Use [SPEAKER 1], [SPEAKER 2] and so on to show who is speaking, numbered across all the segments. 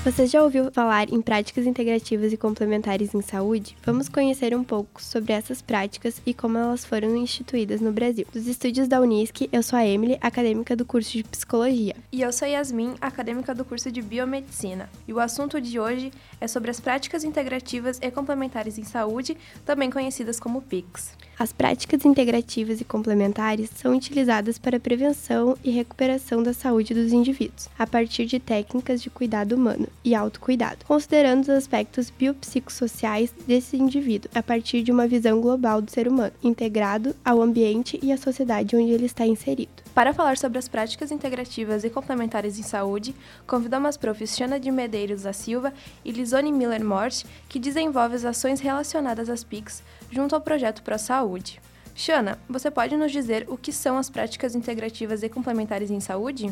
[SPEAKER 1] Você já ouviu falar em práticas integrativas e complementares em saúde? Vamos conhecer um pouco sobre essas práticas e como elas foram instituídas no Brasil. Dos estúdios da Unisc, eu sou a Emily, acadêmica do curso de Psicologia.
[SPEAKER 2] E eu sou Yasmin, acadêmica do curso de Biomedicina. E o assunto de hoje é sobre as práticas integrativas e complementares em saúde, também conhecidas como PICs.
[SPEAKER 1] As práticas integrativas e complementares são utilizadas para a prevenção e recuperação da saúde dos indivíduos, a partir de técnicas de cuidado humano e autocuidado, considerando os aspectos biopsicossociais desse indivíduo, a partir de uma visão global do ser humano, integrado ao ambiente e à sociedade onde ele está inserido.
[SPEAKER 2] Para falar sobre as práticas integrativas e complementares em saúde, convidamos as profs Shana de Medeiros da Silva e Lisone Miller-Morte, que desenvolvem as ações relacionadas às PICs junto ao projeto ProSaúde. Shana, você pode nos dizer o que são as práticas integrativas e complementares em saúde?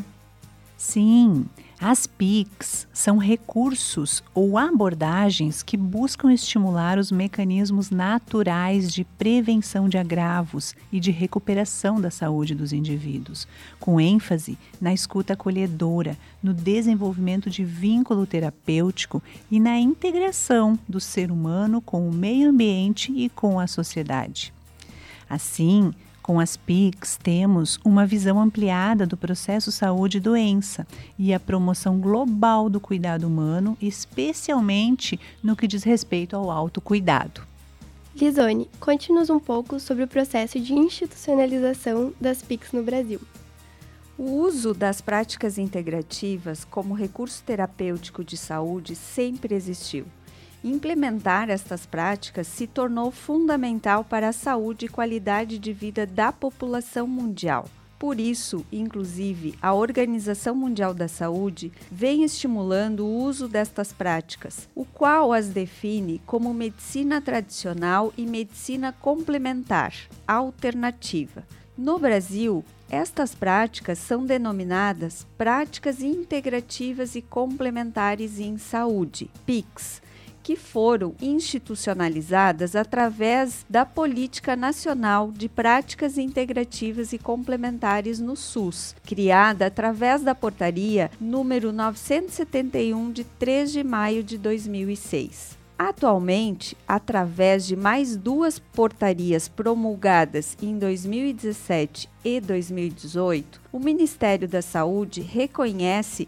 [SPEAKER 3] Sim, as PICs são recursos ou abordagens que buscam estimular os mecanismos naturais de prevenção de agravos e de recuperação da saúde dos indivíduos, com ênfase na escuta acolhedora, no desenvolvimento de vínculo terapêutico e na integração do ser humano com o meio ambiente e com a sociedade. Assim, com as PICs, temos uma visão ampliada do processo saúde e doença e a promoção global do cuidado humano, especialmente no que diz respeito ao autocuidado.
[SPEAKER 1] Lisone, conte-nos um pouco sobre o processo de institucionalização das PICs no Brasil.
[SPEAKER 4] O uso das práticas integrativas como recurso terapêutico de saúde sempre existiu. Implementar estas práticas se tornou fundamental para a saúde e qualidade de vida da população mundial. Por isso, inclusive, a Organização Mundial da Saúde vem estimulando o uso destas práticas, o qual as define como medicina tradicional e medicina complementar, alternativa. No Brasil, estas práticas são denominadas práticas integrativas e complementares em saúde, PICs, que foram institucionalizadas através da Política Nacional de Práticas Integrativas e Complementares no SUS, criada através da Portaria número 971 de 3 de maio de 2006. Atualmente, através de mais duas portarias promulgadas em 2017 e 2018, o Ministério da Saúde reconhece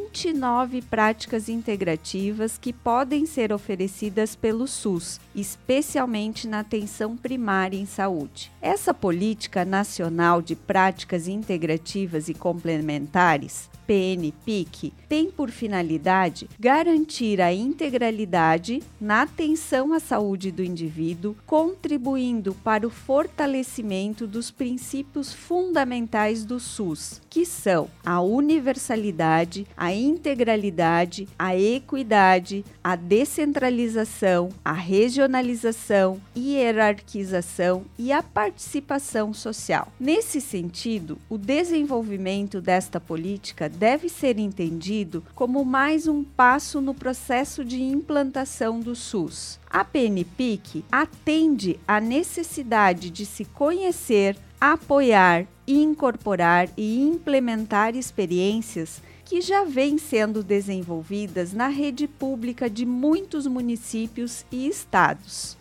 [SPEAKER 4] 29 práticas integrativas que podem ser oferecidas pelo SUS, especialmente na atenção primária em saúde. Essa Política Nacional de Práticas Integrativas e Complementares, PNPIC, tem por finalidade garantir a integralidade na atenção à saúde do indivíduo, contribuindo para o fortalecimento dos princípios fundamentais do SUS, que são a universalidade, a integralidade, a equidade, a descentralização, a regionalização, hierarquização e a participação social. Nesse sentido, o desenvolvimento desta política deve ser entendido como mais um passo no processo de implantação do SUS. A PNPIC atende à necessidade de se conhecer, apoiar, incorporar e implementar experiências que já vêm sendo desenvolvidas na rede pública de muitos municípios e estados.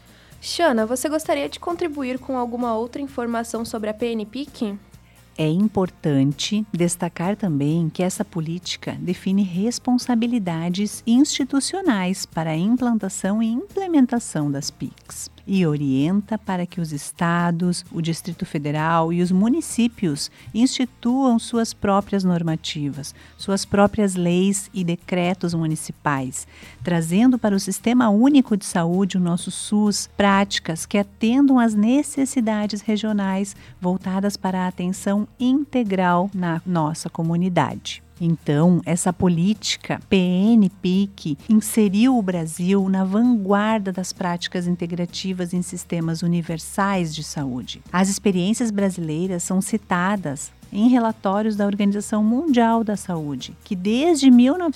[SPEAKER 2] Shana, você gostaria de contribuir com alguma outra informação sobre a PNPIC?
[SPEAKER 3] É importante destacar também que essa política define responsabilidades institucionais para a implantação e implementação das PICs e orienta para que os estados, o Distrito Federal e os municípios instituam suas próprias normativas, suas próprias leis e decretos municipais, trazendo para o Sistema Único de Saúde, o nosso SUS, práticas que atendam às necessidades regionais voltadas para a atenção integral na nossa comunidade. Então, essa política PNPIC inseriu o Brasil na vanguarda das práticas integrativas em sistemas universais de saúde. As experiências brasileiras são citadas em relatórios da Organização Mundial da Saúde, que desde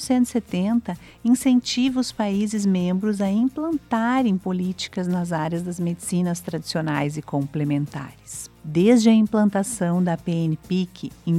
[SPEAKER 3] 1970 incentiva os países membros a implantarem políticas nas áreas das medicinas tradicionais e complementares. Desde a implantação da PNPIC em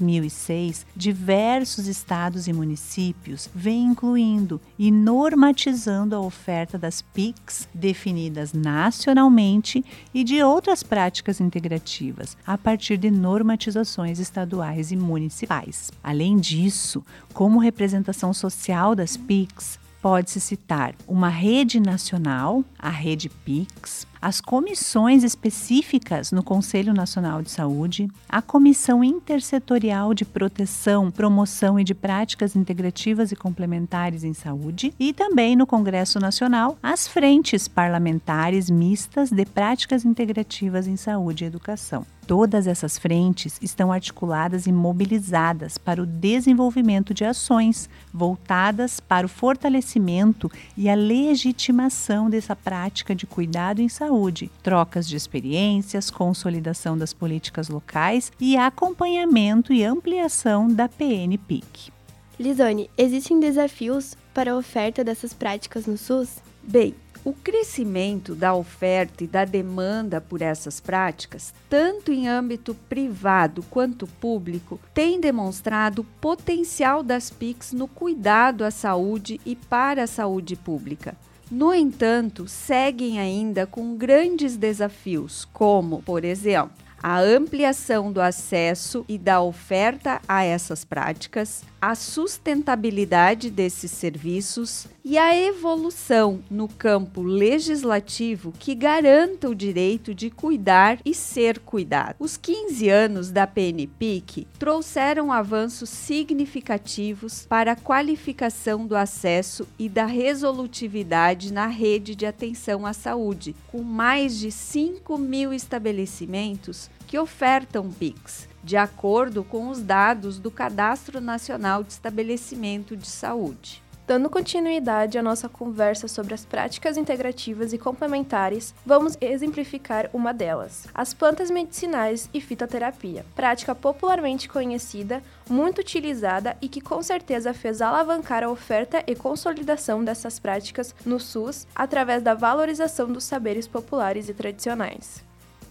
[SPEAKER 3] 2006, diversos estados e municípios vêm incluindo e normatizando a oferta das PICs definidas nacionalmente e de outras práticas integrativas, a partir de normatizações estaduais e municipais. Além disso, como representação social das PICs, pode-se citar uma rede nacional, a Rede PICs, as comissões específicas no Conselho Nacional de Saúde, a Comissão Intersetorial de Proteção, Promoção e de Práticas Integrativas e Complementares em Saúde e também no Congresso Nacional, as frentes parlamentares mistas de práticas integrativas em saúde e educação. Todas essas frentes estão articuladas e mobilizadas para o desenvolvimento de ações voltadas para o fortalecimento e a legitimação dessa prática de cuidado em saúde, trocas de experiências, consolidação das políticas locais e acompanhamento e ampliação da PNPIC.
[SPEAKER 1] Lisone, existem desafios para a oferta dessas práticas no SUS?
[SPEAKER 4] Bem, o crescimento da oferta e da demanda por essas práticas, tanto em âmbito privado quanto público, tem demonstrado o potencial das PICs no cuidado à saúde e para a saúde pública. No entanto, seguem ainda com grandes desafios, como, por exemplo, a ampliação do acesso e da oferta a essas práticas, a sustentabilidade desses serviços e a evolução no campo legislativo que garanta o direito de cuidar e ser cuidado. Os 15 anos da PNPIC trouxeram avanços significativos para a qualificação do acesso e da resolutividade na rede de atenção à saúde, com mais de 5.000 estabelecimentos que ofertam PICs, de acordo com os dados do Cadastro Nacional de Estabelecimento de Saúde.
[SPEAKER 2] Dando continuidade à nossa conversa sobre as práticas integrativas e complementares, vamos exemplificar uma delas, as plantas medicinais e fitoterapia, prática popularmente conhecida, muito utilizada e que com certeza fez alavancar a oferta e consolidação dessas práticas no SUS através da valorização dos saberes populares e tradicionais.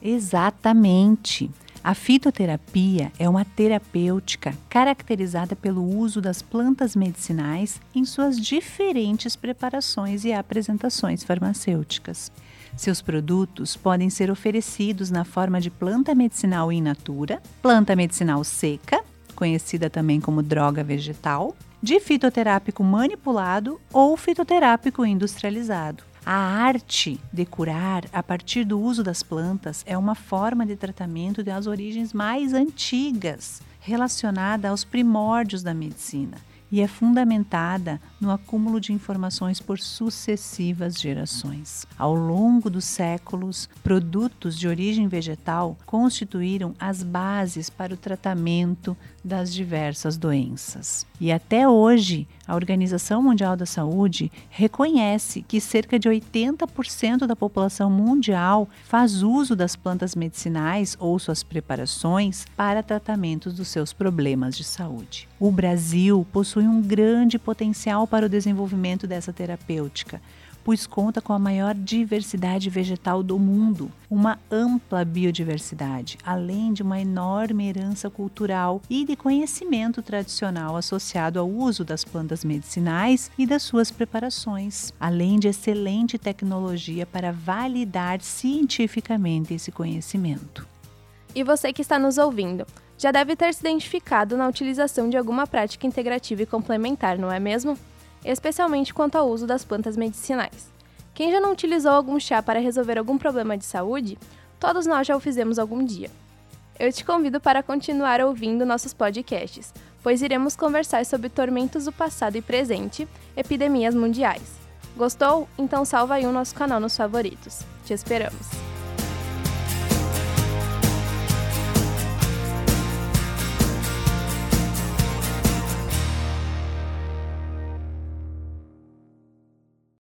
[SPEAKER 3] Exatamente! A fitoterapia é uma terapêutica caracterizada pelo uso das plantas medicinais em suas diferentes preparações e apresentações farmacêuticas. Seus produtos podem ser oferecidos na forma de planta medicinal in natura, planta medicinal seca, conhecida também como droga vegetal, de fitoterápico manipulado ou fitoterápico industrializado. A arte de curar a partir do uso das plantas é uma forma de tratamento das origens mais antigas, relacionada aos primórdios da medicina, e é fundamentada no acúmulo de informações por sucessivas gerações. Ao longo dos séculos, produtos de origem vegetal constituíram as bases para o tratamento das diversas doenças. E até hoje, a Organização Mundial da Saúde reconhece que cerca de 80% da população mundial faz uso das plantas medicinais ou suas preparações para tratamentos dos seus problemas de saúde. O Brasil possui um grande potencial para o desenvolvimento dessa terapêutica, pois conta com a maior diversidade vegetal do mundo, uma ampla biodiversidade, além de uma enorme herança cultural e de conhecimento tradicional associado ao uso das plantas medicinais e das suas preparações, além de excelente tecnologia para validar cientificamente esse conhecimento.
[SPEAKER 2] E você que está nos ouvindo, já deve ter se identificado na utilização de alguma prática integrativa e complementar, não é mesmo? Especialmente quanto ao uso das plantas medicinais. Quem já não utilizou algum chá para resolver algum problema de saúde? Todos nós já o fizemos algum dia. Eu te convido para continuar ouvindo nossos podcasts, pois iremos conversar sobre tormentos do passado e presente, epidemias mundiais. Gostou? Então salva aí o nosso canal nos favoritos. Te esperamos!